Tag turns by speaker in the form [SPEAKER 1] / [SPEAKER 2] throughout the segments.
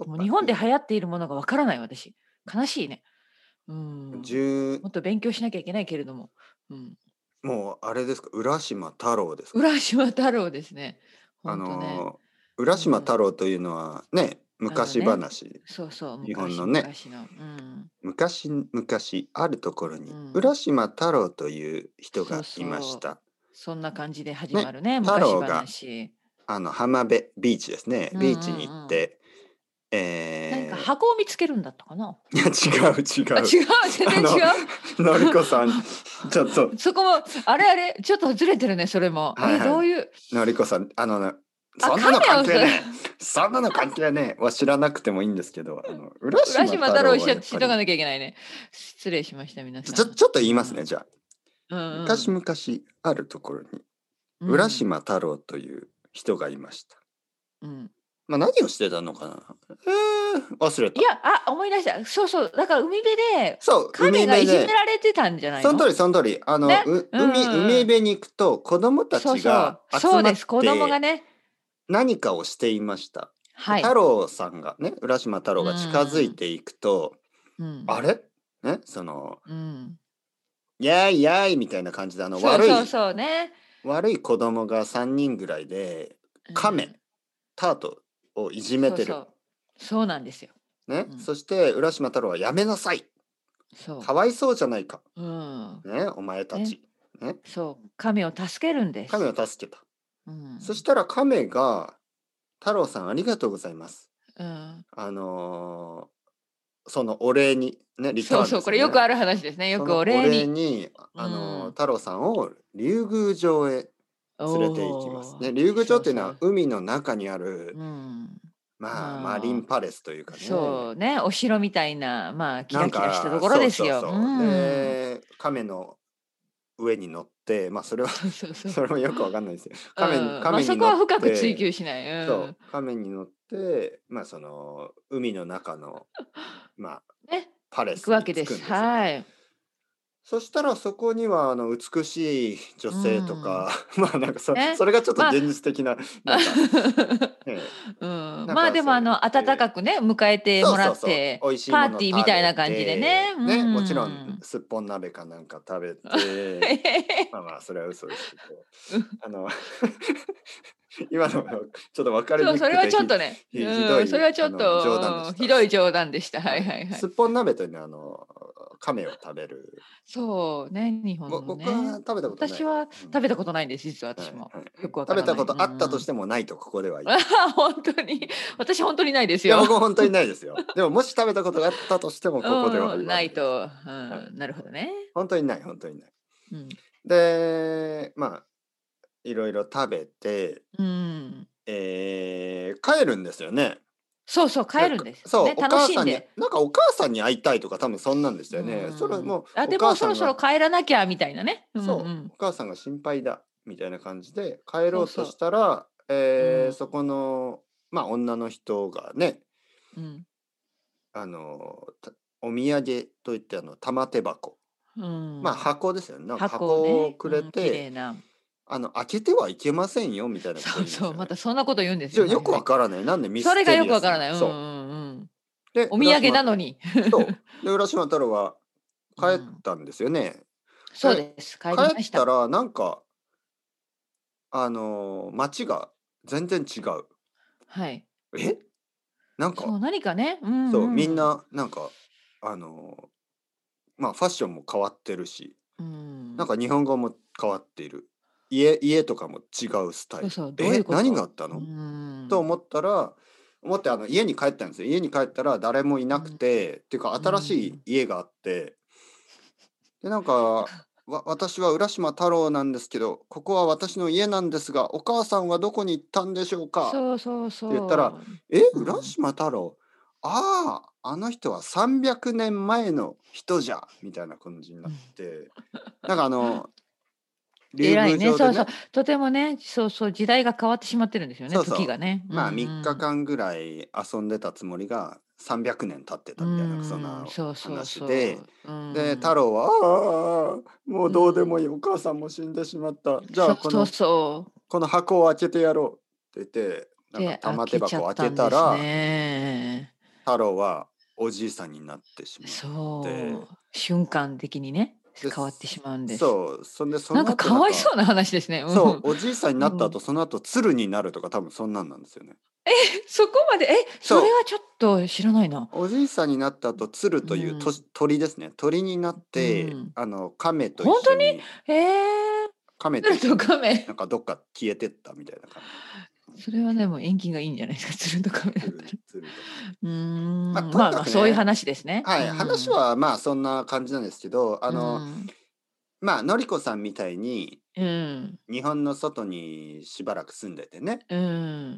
[SPEAKER 1] もう日本で流行っているものがわからない私。悲しいね。うん。
[SPEAKER 2] 10
[SPEAKER 1] もっと勉強しなきゃいけないけれども。うん。
[SPEAKER 2] もうあれですか、浦島太郎ですか？
[SPEAKER 1] 浦島太郎ですね。ほ
[SPEAKER 2] あ
[SPEAKER 1] んとね。
[SPEAKER 2] の、浦島
[SPEAKER 1] うん。
[SPEAKER 2] 太郎というのはね、昔
[SPEAKER 1] ね、
[SPEAKER 2] 話、
[SPEAKER 1] そうそう、
[SPEAKER 2] 日本
[SPEAKER 1] 昔
[SPEAKER 2] のね、
[SPEAKER 1] 昔の。うん。
[SPEAKER 2] 昔々あるところに
[SPEAKER 1] うん。
[SPEAKER 2] 浦島太郎という人
[SPEAKER 1] そう
[SPEAKER 2] がいまし
[SPEAKER 1] そう。
[SPEAKER 2] た。
[SPEAKER 1] そんな感じで始ま
[SPEAKER 2] ね、
[SPEAKER 1] るね、
[SPEAKER 2] 太
[SPEAKER 1] 昔
[SPEAKER 2] 郎が
[SPEAKER 1] 話。
[SPEAKER 2] 浜辺ビーチですね。
[SPEAKER 1] うんう
[SPEAKER 2] ビーチに行っ
[SPEAKER 1] んうん。
[SPEAKER 2] て、
[SPEAKER 1] 何か
[SPEAKER 2] えー
[SPEAKER 1] 箱を見つけるんだったかな？
[SPEAKER 2] いや、違う違
[SPEAKER 1] あ、
[SPEAKER 2] う。
[SPEAKER 1] 違う、全然違う？
[SPEAKER 2] のりこさん、ちょっと、
[SPEAKER 1] そこも、あれあれ、ちょっとずれてるね、それも。
[SPEAKER 2] はいはい。
[SPEAKER 1] どういう
[SPEAKER 2] のりこさん、
[SPEAKER 1] あ、
[SPEAKER 2] そんなの関
[SPEAKER 1] 亀を
[SPEAKER 2] 係ねえ。そんなの関係ねえは知らなくてもいいんですけど、浦
[SPEAKER 1] 浦
[SPEAKER 2] 島太郎
[SPEAKER 1] 島太郎
[SPEAKER 2] はやっぱり、
[SPEAKER 1] 知っとかなきゃいけないね。失礼しました、皆さん。
[SPEAKER 2] ちょっと
[SPEAKER 1] うん。
[SPEAKER 2] 言いますね、じゃあ。
[SPEAKER 1] うんうん。
[SPEAKER 2] 昔々あるところに、浦
[SPEAKER 1] うん。
[SPEAKER 2] 島太郎という人がいました。
[SPEAKER 1] うん。
[SPEAKER 2] まあ、何をしてたのかな。忘れた。
[SPEAKER 1] いや、思い出した。そうそう、だから海辺で、
[SPEAKER 2] そう、海
[SPEAKER 1] 亀がいじめ
[SPEAKER 2] 辺で、
[SPEAKER 1] られてたんじゃないの？
[SPEAKER 2] その通りその通り。
[SPEAKER 1] ね。うんうんうん。
[SPEAKER 2] 海辺に行くと子供たちが
[SPEAKER 1] そうそう。
[SPEAKER 2] 集まっ
[SPEAKER 1] そうです、子供が
[SPEAKER 2] て
[SPEAKER 1] ね。
[SPEAKER 2] 何かをしていました。で、
[SPEAKER 1] はい。
[SPEAKER 2] 太郎さんがね、浦島太郎
[SPEAKER 1] う
[SPEAKER 2] が近づい
[SPEAKER 1] ん。
[SPEAKER 2] ていくと、
[SPEAKER 1] うん。
[SPEAKER 2] あれね、
[SPEAKER 1] うん。
[SPEAKER 2] やーいやーいみたいな感じで、
[SPEAKER 1] そうそうそうね。
[SPEAKER 2] 悪い子供が3人ぐらいで、
[SPEAKER 1] うん。
[SPEAKER 2] 亀、タートをいじめてる。
[SPEAKER 1] そうそう。そうなんですよ。
[SPEAKER 2] ね。
[SPEAKER 1] うん。
[SPEAKER 2] そして、浦島太郎はやめなさい。
[SPEAKER 1] そ
[SPEAKER 2] かわいそうじゃないか。
[SPEAKER 1] う。うん。
[SPEAKER 2] ね、お前た
[SPEAKER 1] ね。
[SPEAKER 2] ち。ね。
[SPEAKER 1] そう、亀を助けるんです。
[SPEAKER 2] 亀を助けた。
[SPEAKER 1] うん。
[SPEAKER 2] そしたら亀が、太郎さんありがとうございます。
[SPEAKER 1] うん。
[SPEAKER 2] あのそのお礼に、ね、リターン
[SPEAKER 1] そうそう、
[SPEAKER 2] ですよね。
[SPEAKER 1] これよくある話ですね。よくお
[SPEAKER 2] そのお
[SPEAKER 1] 礼に。
[SPEAKER 2] 礼に、
[SPEAKER 1] うん。
[SPEAKER 2] 太郎さんを竜宮城へ連れて行きます。ね、
[SPEAKER 1] おお、
[SPEAKER 2] 竜宮城っていうのは
[SPEAKER 1] そうそう。
[SPEAKER 2] 海の中にある、
[SPEAKER 1] うん。
[SPEAKER 2] まあ、マリン
[SPEAKER 1] まあ、
[SPEAKER 2] パレスというかね。
[SPEAKER 1] そうね、お城みたいな、まあ、キ
[SPEAKER 2] なん
[SPEAKER 1] ラキラしたと
[SPEAKER 2] か、
[SPEAKER 1] ころ
[SPEAKER 2] そう
[SPEAKER 1] ですよ。う
[SPEAKER 2] そうそう。
[SPEAKER 1] ん。
[SPEAKER 2] で、亀の上に乗って、まあ、それは
[SPEAKER 1] そうそうそう。
[SPEAKER 2] それもよくわかんないですよ。
[SPEAKER 1] うん。まあ、そこ
[SPEAKER 2] 亀に乗っ
[SPEAKER 1] は深く追
[SPEAKER 2] て、
[SPEAKER 1] 求しない。うん。
[SPEAKER 2] そう、亀に乗って、まあ、その、海の中の、まあ、
[SPEAKER 1] ね、
[SPEAKER 2] パレ
[SPEAKER 1] 行く
[SPEAKER 2] スに着
[SPEAKER 1] わけです。
[SPEAKER 2] くんですよ。
[SPEAKER 1] はい。
[SPEAKER 2] そしたらそこには美しい女
[SPEAKER 1] う
[SPEAKER 2] 性と
[SPEAKER 1] ん。
[SPEAKER 2] か、まあなんか
[SPEAKER 1] ね。
[SPEAKER 2] それがちょっと
[SPEAKER 1] まあ
[SPEAKER 2] 現実的な、なんか、ええ、
[SPEAKER 1] うん、
[SPEAKER 2] なん
[SPEAKER 1] まあ、でも、
[SPEAKER 2] かそういて、
[SPEAKER 1] 温かくね、迎えてもら
[SPEAKER 2] そうそうそう、
[SPEAKER 1] って、
[SPEAKER 2] 美味しいも
[SPEAKER 1] パーティーみ
[SPEAKER 2] の食べ
[SPEAKER 1] たいな感じでね。
[SPEAKER 2] て、
[SPEAKER 1] う
[SPEAKER 2] ね、もちろん
[SPEAKER 1] ん。
[SPEAKER 2] すっぽん鍋かなんか食べて、まあまあそれは嘘ですけど、
[SPEAKER 1] うん。
[SPEAKER 2] あの今のちょっと分かり
[SPEAKER 1] そう、
[SPEAKER 2] にくくて
[SPEAKER 1] それはちょっとね、うん、それ
[SPEAKER 2] ひどい
[SPEAKER 1] はちょっ
[SPEAKER 2] 冗談で
[SPEAKER 1] と、
[SPEAKER 2] した。
[SPEAKER 1] ひどい冗談でした。はい
[SPEAKER 2] はい。
[SPEAKER 1] はいはい。
[SPEAKER 2] すっぽん鍋というのは亀を食べる。
[SPEAKER 1] そうね、日本のね。
[SPEAKER 2] 僕は食べたことない。
[SPEAKER 1] 私は
[SPEAKER 2] うん。
[SPEAKER 1] 食べたことないんです、実は
[SPEAKER 2] はい
[SPEAKER 1] 私も。
[SPEAKER 2] はい。
[SPEAKER 1] よくわ
[SPEAKER 2] 食べたこ
[SPEAKER 1] からない。うん
[SPEAKER 2] とあった
[SPEAKER 1] うん。
[SPEAKER 2] としてもないとここでは言います。
[SPEAKER 1] あほんとに。私ほんとにないです
[SPEAKER 2] いや、
[SPEAKER 1] よ。
[SPEAKER 2] 僕も本当にないですよ。でももし食べたことがあったとしてもここでは
[SPEAKER 1] うん、
[SPEAKER 2] 言わないです。
[SPEAKER 1] ないと、う
[SPEAKER 2] はい。
[SPEAKER 1] ん、なるほどね。
[SPEAKER 2] 本当にない、本当にない。
[SPEAKER 1] うん。
[SPEAKER 2] で、まあ、いろいろ食べて、
[SPEAKER 1] うん。
[SPEAKER 2] 帰るんですよね。
[SPEAKER 1] そうそう、帰
[SPEAKER 2] で、
[SPEAKER 1] るんです。
[SPEAKER 2] そう、
[SPEAKER 1] ね、楽しんで。
[SPEAKER 2] お母さんに会いたいとか多分そんなんでした
[SPEAKER 1] う
[SPEAKER 2] よね。それ
[SPEAKER 1] ん。
[SPEAKER 2] もう
[SPEAKER 1] あ、
[SPEAKER 2] お
[SPEAKER 1] でもそろそろ
[SPEAKER 2] 母さんが
[SPEAKER 1] 帰らなきゃみたいなね。うんう
[SPEAKER 2] そう、
[SPEAKER 1] ん。
[SPEAKER 2] お母さんが心配だみたいな感じで帰ろうとし
[SPEAKER 1] そうそう。
[SPEAKER 2] たら、
[SPEAKER 1] うん。
[SPEAKER 2] そこの、まあ、女の人がね、
[SPEAKER 1] うん。
[SPEAKER 2] あの、たお土産といって玉手箱。
[SPEAKER 1] う
[SPEAKER 2] まあ、
[SPEAKER 1] ん。
[SPEAKER 2] 箱ですよね。なんか
[SPEAKER 1] 箱を
[SPEAKER 2] 箱を
[SPEAKER 1] ね、
[SPEAKER 2] くれ
[SPEAKER 1] うん、綺
[SPEAKER 2] て、
[SPEAKER 1] 麗な。
[SPEAKER 2] 開けてはいけませんよみたいなこと
[SPEAKER 1] そうそう、
[SPEAKER 2] を言うんですよね。
[SPEAKER 1] またそんなこと言うんですよ。は
[SPEAKER 2] よく
[SPEAKER 1] いはい。
[SPEAKER 2] わからない。なんでミ
[SPEAKER 1] それが
[SPEAKER 2] ステ
[SPEAKER 1] よくわからない。うんう
[SPEAKER 2] リアスな。そ
[SPEAKER 1] んうん。
[SPEAKER 2] う。で、
[SPEAKER 1] お土産なのに。
[SPEAKER 2] 浦島太郎は
[SPEAKER 1] うん。
[SPEAKER 2] 帰ったんですよね。で、
[SPEAKER 1] そうです。帰
[SPEAKER 2] 帰
[SPEAKER 1] りました。
[SPEAKER 2] ったらなんか、街が全然違う。
[SPEAKER 1] はい。
[SPEAKER 2] えなんか、
[SPEAKER 1] そう、何かね、うん
[SPEAKER 2] そう、み
[SPEAKER 1] うん。
[SPEAKER 2] んな、なんか、あの、まあ、ファッションも変わってるし、
[SPEAKER 1] う
[SPEAKER 2] なん
[SPEAKER 1] ん。
[SPEAKER 2] か日本語も変わっている。家とかも違うスタイル。
[SPEAKER 1] そうそう、どういう
[SPEAKER 2] 何があ
[SPEAKER 1] こと？う
[SPEAKER 2] ったのと
[SPEAKER 1] ん。
[SPEAKER 2] 思ったら、家に帰ったんですよ。家に帰ったら誰もいなく
[SPEAKER 1] うん。
[SPEAKER 2] て、っていうか
[SPEAKER 1] う
[SPEAKER 2] 新しい
[SPEAKER 1] ん。
[SPEAKER 2] 家があって、で、なんか、私は浦島太郎なんですけど、ここは私の家なんですが、お母さんはどこに行ったんでしょうか
[SPEAKER 1] そうそう
[SPEAKER 2] って言ったら、
[SPEAKER 1] そう。
[SPEAKER 2] 浦
[SPEAKER 1] うん。
[SPEAKER 2] 島太郎、ああ、あの人は300年前の人じゃ、みたいな感じになっ
[SPEAKER 1] うん。
[SPEAKER 2] て、なんか竜宮
[SPEAKER 1] 偉いね。そうそう。
[SPEAKER 2] 城でね、
[SPEAKER 1] とてもね、そうそう、時代が変わってしまってるんですよね、
[SPEAKER 2] そうそ
[SPEAKER 1] 時がね。
[SPEAKER 2] う、
[SPEAKER 1] うん
[SPEAKER 2] まあ3
[SPEAKER 1] うん。
[SPEAKER 2] 日間ぐらい遊んでたつもりが300年経って
[SPEAKER 1] う
[SPEAKER 2] たみたいな、そん
[SPEAKER 1] ーん、
[SPEAKER 2] な
[SPEAKER 1] そうそう
[SPEAKER 2] 話で、
[SPEAKER 1] そう。う
[SPEAKER 2] で、
[SPEAKER 1] ん。
[SPEAKER 2] 太郎は、ああ、もう
[SPEAKER 1] うん。
[SPEAKER 2] どうでもいい、お母さんも死んでしまった。じゃあ、
[SPEAKER 1] そうそうそう。
[SPEAKER 2] この箱を開けてやろうって言って、なんか
[SPEAKER 1] で、開
[SPEAKER 2] 玉手
[SPEAKER 1] けちゃ
[SPEAKER 2] 箱を開け
[SPEAKER 1] ったんです
[SPEAKER 2] たら、
[SPEAKER 1] ね。
[SPEAKER 2] 太郎はおじいさんになってしまって、
[SPEAKER 1] そう、瞬間的にね、
[SPEAKER 2] で、
[SPEAKER 1] 変わってしまうんです。
[SPEAKER 2] そう、そんでそ
[SPEAKER 1] なんか
[SPEAKER 2] の後なんか、
[SPEAKER 1] かわいそうな話ですね。うん。
[SPEAKER 2] そう、おじいさんになっ
[SPEAKER 1] うん。
[SPEAKER 2] た後、その後鶴になるとか多分そんなんなんですよね。
[SPEAKER 1] そこまで、それ
[SPEAKER 2] そう、
[SPEAKER 1] はちょっと知らないな。
[SPEAKER 2] おじいさんになった後、鶴という
[SPEAKER 1] うん。
[SPEAKER 2] 鳥ですね。鳥になっ
[SPEAKER 1] う
[SPEAKER 2] て、
[SPEAKER 1] ん。
[SPEAKER 2] 亀と一
[SPEAKER 1] ほんと
[SPEAKER 2] 緒に
[SPEAKER 1] に？へえ。鶴と
[SPEAKER 2] 亀と一緒になん
[SPEAKER 1] 亀。
[SPEAKER 2] かどっか消えてったみたいな感じ。
[SPEAKER 1] それはでも縁起がいいんじゃないですか、鶴と亀だったら。
[SPEAKER 2] 鶴と亀。
[SPEAKER 1] うーん、
[SPEAKER 2] とに
[SPEAKER 1] まあまあ、そういう
[SPEAKER 2] かくね、
[SPEAKER 1] 話ですね。
[SPEAKER 2] はい、話
[SPEAKER 1] うん。
[SPEAKER 2] はまあそんな感じなんですけど、
[SPEAKER 1] うん。
[SPEAKER 2] まあ、のりこさんみたいに、
[SPEAKER 1] うん。
[SPEAKER 2] 日本の外にしばらく住んでてね、
[SPEAKER 1] うん。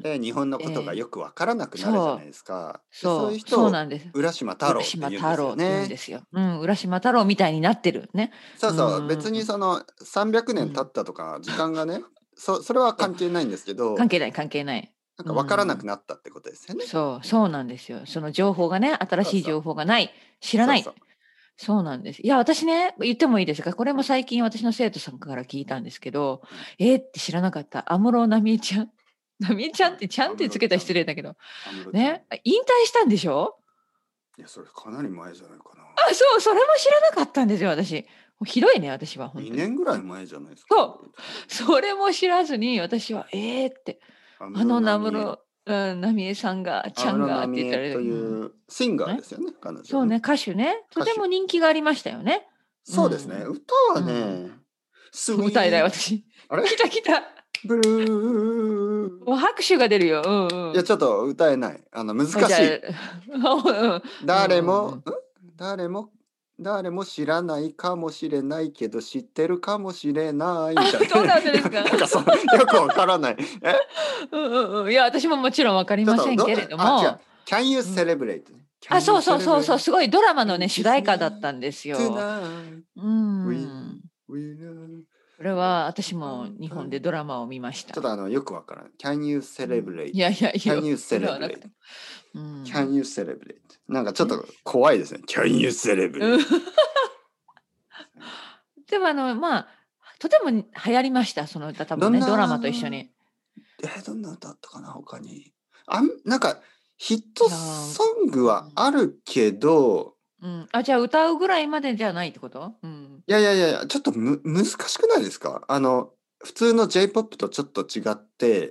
[SPEAKER 2] で、日本の
[SPEAKER 1] え
[SPEAKER 2] ことが
[SPEAKER 1] え。
[SPEAKER 2] よくわからなくなるじゃない
[SPEAKER 1] そう。
[SPEAKER 2] ですか。で、そういう
[SPEAKER 1] そう、
[SPEAKER 2] 人を
[SPEAKER 1] そうなんです。
[SPEAKER 2] 浦島太
[SPEAKER 1] 浦
[SPEAKER 2] 郎って
[SPEAKER 1] 島太
[SPEAKER 2] 言うんですよ
[SPEAKER 1] 郎って言うんで
[SPEAKER 2] ね。
[SPEAKER 1] すよ。うん、浦島太郎みたいになってるね。う
[SPEAKER 2] そうそう、別に
[SPEAKER 1] ん。
[SPEAKER 2] その300
[SPEAKER 1] うん。
[SPEAKER 2] 年経ったとか時間がね、それは
[SPEAKER 1] そう。
[SPEAKER 2] 関係ないんですけど、
[SPEAKER 1] 関係ない関係ない。
[SPEAKER 2] なん
[SPEAKER 1] う
[SPEAKER 2] かわからなく
[SPEAKER 1] ん。
[SPEAKER 2] なったってことですよね。
[SPEAKER 1] そう、そうなんですよ。その情報がね、新
[SPEAKER 2] そうそう。
[SPEAKER 1] しい情報がない、知らない。
[SPEAKER 2] そうそう。
[SPEAKER 1] そうなんです。いや、私ね、言ってもいいですか？これも最近私の生徒さんから聞いたんですけど、
[SPEAKER 2] うん。
[SPEAKER 1] って知らなかった。安室奈美恵ちゃん。奈美恵ちゃんっ
[SPEAKER 2] はい。
[SPEAKER 1] てちゃんっ
[SPEAKER 2] 安
[SPEAKER 1] てつけたら
[SPEAKER 2] 室ちゃん、
[SPEAKER 1] 失礼だけど、
[SPEAKER 2] 安室ちゃん。
[SPEAKER 1] ね、引退したんでしょ？
[SPEAKER 2] いや、それかなり前じゃないかな。
[SPEAKER 1] そう、それも知らなかったんですよ、私。もうひどいね、私は本当に。
[SPEAKER 2] 2年ぐらい前じゃないですか、安
[SPEAKER 1] そう、
[SPEAKER 2] 室ちゃん。
[SPEAKER 1] それも知らずに、私は、って、
[SPEAKER 2] 安室奈美恵。
[SPEAKER 1] 奈美恵さんが、ち
[SPEAKER 2] 安室
[SPEAKER 1] ゃんがっ
[SPEAKER 2] 奈美恵と
[SPEAKER 1] て言ったらあれだけど、うん。
[SPEAKER 2] いうシンガーで
[SPEAKER 1] ね、
[SPEAKER 2] すよね、彼女はね。
[SPEAKER 1] そうね、歌手ね、と
[SPEAKER 2] 歌手。
[SPEAKER 1] ても人気がありましたよね。う
[SPEAKER 2] そうですね。
[SPEAKER 1] ん。
[SPEAKER 2] 歌は
[SPEAKER 1] うん。
[SPEAKER 2] ね、ス
[SPEAKER 1] 歌えない
[SPEAKER 2] イート、
[SPEAKER 1] 私。
[SPEAKER 2] あれ
[SPEAKER 1] 来た来た。
[SPEAKER 2] ブルー。
[SPEAKER 1] もう拍手が出るよ。うん
[SPEAKER 2] いや、
[SPEAKER 1] うん。
[SPEAKER 2] ちょっと歌えない。難
[SPEAKER 1] じゃあ、
[SPEAKER 2] しい。
[SPEAKER 1] うんうんうん。
[SPEAKER 2] 誰も、誰も知らないかもしれないけど、知ってるかもしれないみたいなね。
[SPEAKER 1] どうなん
[SPEAKER 2] いや、
[SPEAKER 1] ですか？
[SPEAKER 2] なんかよくわからない。
[SPEAKER 1] うんうんうん。いや、私ももちろん分かり
[SPEAKER 2] ちょっと、
[SPEAKER 1] ませんけれど
[SPEAKER 2] 違う。
[SPEAKER 1] も、
[SPEAKER 2] Can you
[SPEAKER 1] うん。
[SPEAKER 2] celebrate ね。Can you
[SPEAKER 1] そうそうそうそう、
[SPEAKER 2] celebrate
[SPEAKER 1] すごいドラマの
[SPEAKER 2] and
[SPEAKER 1] ね、主
[SPEAKER 2] kiss
[SPEAKER 1] 題歌だった
[SPEAKER 2] me
[SPEAKER 1] んですよ。
[SPEAKER 2] tonight?
[SPEAKER 1] うーん。
[SPEAKER 2] We love
[SPEAKER 1] これは私も日本で
[SPEAKER 2] vampire
[SPEAKER 1] ドラマを見ました。
[SPEAKER 2] ちょっとよくわからない。Can you
[SPEAKER 1] うん。
[SPEAKER 2] celebrate?
[SPEAKER 1] いやいや、いい
[SPEAKER 2] Can
[SPEAKER 1] よ。
[SPEAKER 2] you
[SPEAKER 1] 歌わなく
[SPEAKER 2] celebrate?
[SPEAKER 1] ても。う
[SPEAKER 2] Can
[SPEAKER 1] ん。
[SPEAKER 2] you celebrate? なんかちょっ
[SPEAKER 1] ね。
[SPEAKER 2] と怖いですね。Can you
[SPEAKER 1] うん。
[SPEAKER 2] celebrate?
[SPEAKER 1] でもまあ、とても流行りました、その歌多
[SPEAKER 2] どん
[SPEAKER 1] 分ね、ドラマと一緒
[SPEAKER 2] な、
[SPEAKER 1] に。
[SPEAKER 2] どんな歌あったかな、他に。なんか、ヒット
[SPEAKER 1] いや、う
[SPEAKER 2] ソングは
[SPEAKER 1] ん。
[SPEAKER 2] あるけど、
[SPEAKER 1] うん。じゃあ歌うぐらいまでじゃないってこと？うん。
[SPEAKER 2] いやいやいやいや、ちょっと難しくないですか？普通の J-POP とちょっと違って、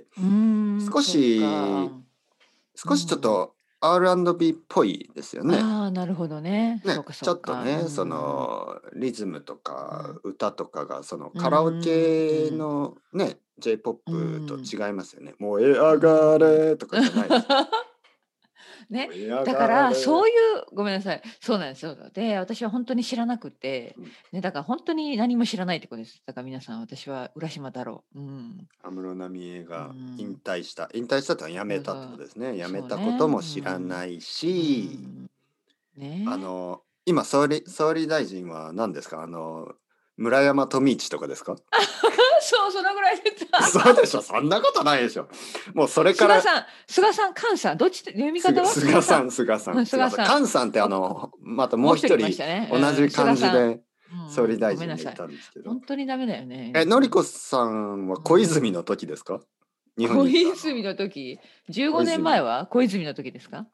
[SPEAKER 1] うーん、
[SPEAKER 2] 少
[SPEAKER 1] そっか。
[SPEAKER 2] し
[SPEAKER 1] う
[SPEAKER 2] 少しちょっ
[SPEAKER 1] ん。
[SPEAKER 2] と R&B っぽいですよね。
[SPEAKER 1] ああ、なるほどね。そ
[SPEAKER 2] ね、
[SPEAKER 1] うかそ
[SPEAKER 2] ちょ
[SPEAKER 1] うか。う
[SPEAKER 2] っとね、
[SPEAKER 1] ん。
[SPEAKER 2] リズムとか
[SPEAKER 1] うん。
[SPEAKER 2] 歌とかが、
[SPEAKER 1] う
[SPEAKER 2] カラオ
[SPEAKER 1] ー
[SPEAKER 2] ケ
[SPEAKER 1] ん。
[SPEAKER 2] のね、
[SPEAKER 1] う
[SPEAKER 2] J-POP と
[SPEAKER 1] ん。
[SPEAKER 2] 違いますよね。燃え
[SPEAKER 1] う
[SPEAKER 2] 上が
[SPEAKER 1] ん。
[SPEAKER 2] れとかじゃないですよ。
[SPEAKER 1] ね、
[SPEAKER 2] 燃え上
[SPEAKER 1] だから
[SPEAKER 2] がれ。
[SPEAKER 1] そういうごめんなさい。そうなんですよ。で、私は本当に知らなくて、
[SPEAKER 2] うん。
[SPEAKER 1] ね、だから本当に何も知らないってことです。だから皆さん、私は浦島太郎。うん。
[SPEAKER 2] 安室奈美恵
[SPEAKER 1] う
[SPEAKER 2] が引
[SPEAKER 1] ん。
[SPEAKER 2] 退した。引退したってのは辞めたってこ
[SPEAKER 1] そうそう。
[SPEAKER 2] とですね。辞めたこ
[SPEAKER 1] そうね。
[SPEAKER 2] とも
[SPEAKER 1] う
[SPEAKER 2] 知ら
[SPEAKER 1] ん。
[SPEAKER 2] ない
[SPEAKER 1] う
[SPEAKER 2] し、
[SPEAKER 1] ん。ね。
[SPEAKER 2] 今総理大臣は何ですか？村山富市とかですか？
[SPEAKER 1] そう、そのぐらいです。
[SPEAKER 2] そうでしょ、そんなことないでしょ。もうそれから
[SPEAKER 1] 菅さん、菅さん、どっちって読み方は？菅さん。うん、菅さん。
[SPEAKER 2] 菅さんってまたも
[SPEAKER 1] もう一人いまし
[SPEAKER 2] う一人
[SPEAKER 1] たね。うん、
[SPEAKER 2] 同じ漢
[SPEAKER 1] 菅さん。
[SPEAKER 2] 字で総理
[SPEAKER 1] ご
[SPEAKER 2] 大臣がい
[SPEAKER 1] めんなさい。
[SPEAKER 2] たんですけど。
[SPEAKER 1] 本当にダメだよね、皆さん。
[SPEAKER 2] のりこさんは
[SPEAKER 1] うん。
[SPEAKER 2] 小泉の時ですか？日本
[SPEAKER 1] 小
[SPEAKER 2] に行った
[SPEAKER 1] 泉の時、15
[SPEAKER 2] 小泉。
[SPEAKER 1] 年前は小泉の時ですか？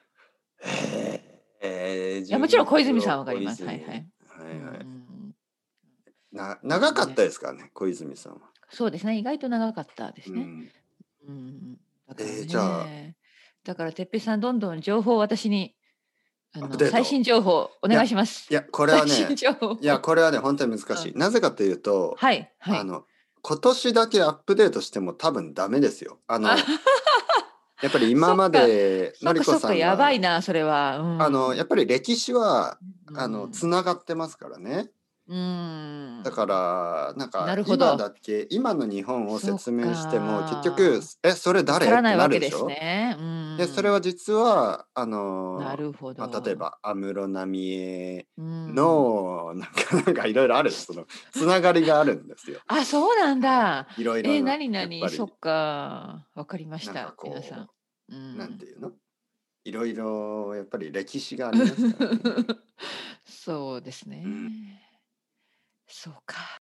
[SPEAKER 1] いや、も
[SPEAKER 2] 15
[SPEAKER 1] ちろん小
[SPEAKER 2] 年後、
[SPEAKER 1] 泉さんわか
[SPEAKER 2] 小
[SPEAKER 1] ります。はいは
[SPEAKER 2] 泉。
[SPEAKER 1] い。
[SPEAKER 2] はいはい。
[SPEAKER 1] うん。ま
[SPEAKER 2] 長かった
[SPEAKER 1] あね。
[SPEAKER 2] ですからね、小泉さんは。
[SPEAKER 1] そうですね、意外と長かったですね。
[SPEAKER 2] うん。
[SPEAKER 1] うん。だから
[SPEAKER 2] じゃあ、
[SPEAKER 1] ね、だから哲平さんどんどん情報を私に、最
[SPEAKER 2] アップデート。
[SPEAKER 1] 新情報お願い
[SPEAKER 2] いや、
[SPEAKER 1] します。
[SPEAKER 2] これ
[SPEAKER 1] 最新
[SPEAKER 2] はね、
[SPEAKER 1] 情報を。
[SPEAKER 2] これはね、本当に難しい。
[SPEAKER 1] うん。
[SPEAKER 2] なぜかというと、
[SPEAKER 1] はいはい。
[SPEAKER 2] あの、今年だけアップデートしても多分ダメですよ。
[SPEAKER 1] あ、
[SPEAKER 2] やっぱり今ま
[SPEAKER 1] そっか。
[SPEAKER 2] でのりこ
[SPEAKER 1] そっかそっか、やば
[SPEAKER 2] さんが、
[SPEAKER 1] いな、それは。う
[SPEAKER 2] や
[SPEAKER 1] ん。
[SPEAKER 2] っぱり歴史は、
[SPEAKER 1] うん。
[SPEAKER 2] つながってますからね。
[SPEAKER 1] うー
[SPEAKER 2] だか
[SPEAKER 1] ん。
[SPEAKER 2] ら、なんか
[SPEAKER 1] なるほど。
[SPEAKER 2] 今の日本を
[SPEAKER 1] そっ
[SPEAKER 2] 説明しても、結局、
[SPEAKER 1] か。
[SPEAKER 2] それ
[SPEAKER 1] わからな
[SPEAKER 2] 誰って
[SPEAKER 1] いわけです
[SPEAKER 2] なるでしょ？
[SPEAKER 1] ね。う
[SPEAKER 2] で、それ
[SPEAKER 1] ん。
[SPEAKER 2] は実は、
[SPEAKER 1] なるほ
[SPEAKER 2] 例え
[SPEAKER 1] ど。
[SPEAKER 2] ば安室奈美恵
[SPEAKER 1] うん。
[SPEAKER 2] の、なんかいろいろある、つながりがあるんですよ。
[SPEAKER 1] そうなん
[SPEAKER 2] はい。
[SPEAKER 1] だ。
[SPEAKER 2] いろいろな、
[SPEAKER 1] なになに、そ
[SPEAKER 2] やっぱり、
[SPEAKER 1] っか。わかりまし
[SPEAKER 2] なんか
[SPEAKER 1] た、皆さん。う
[SPEAKER 2] なんて
[SPEAKER 1] ん。
[SPEAKER 2] いうの？いろいろやっぱり歴史がありますからね。
[SPEAKER 1] そうです
[SPEAKER 2] うん。
[SPEAKER 1] ね。そうか。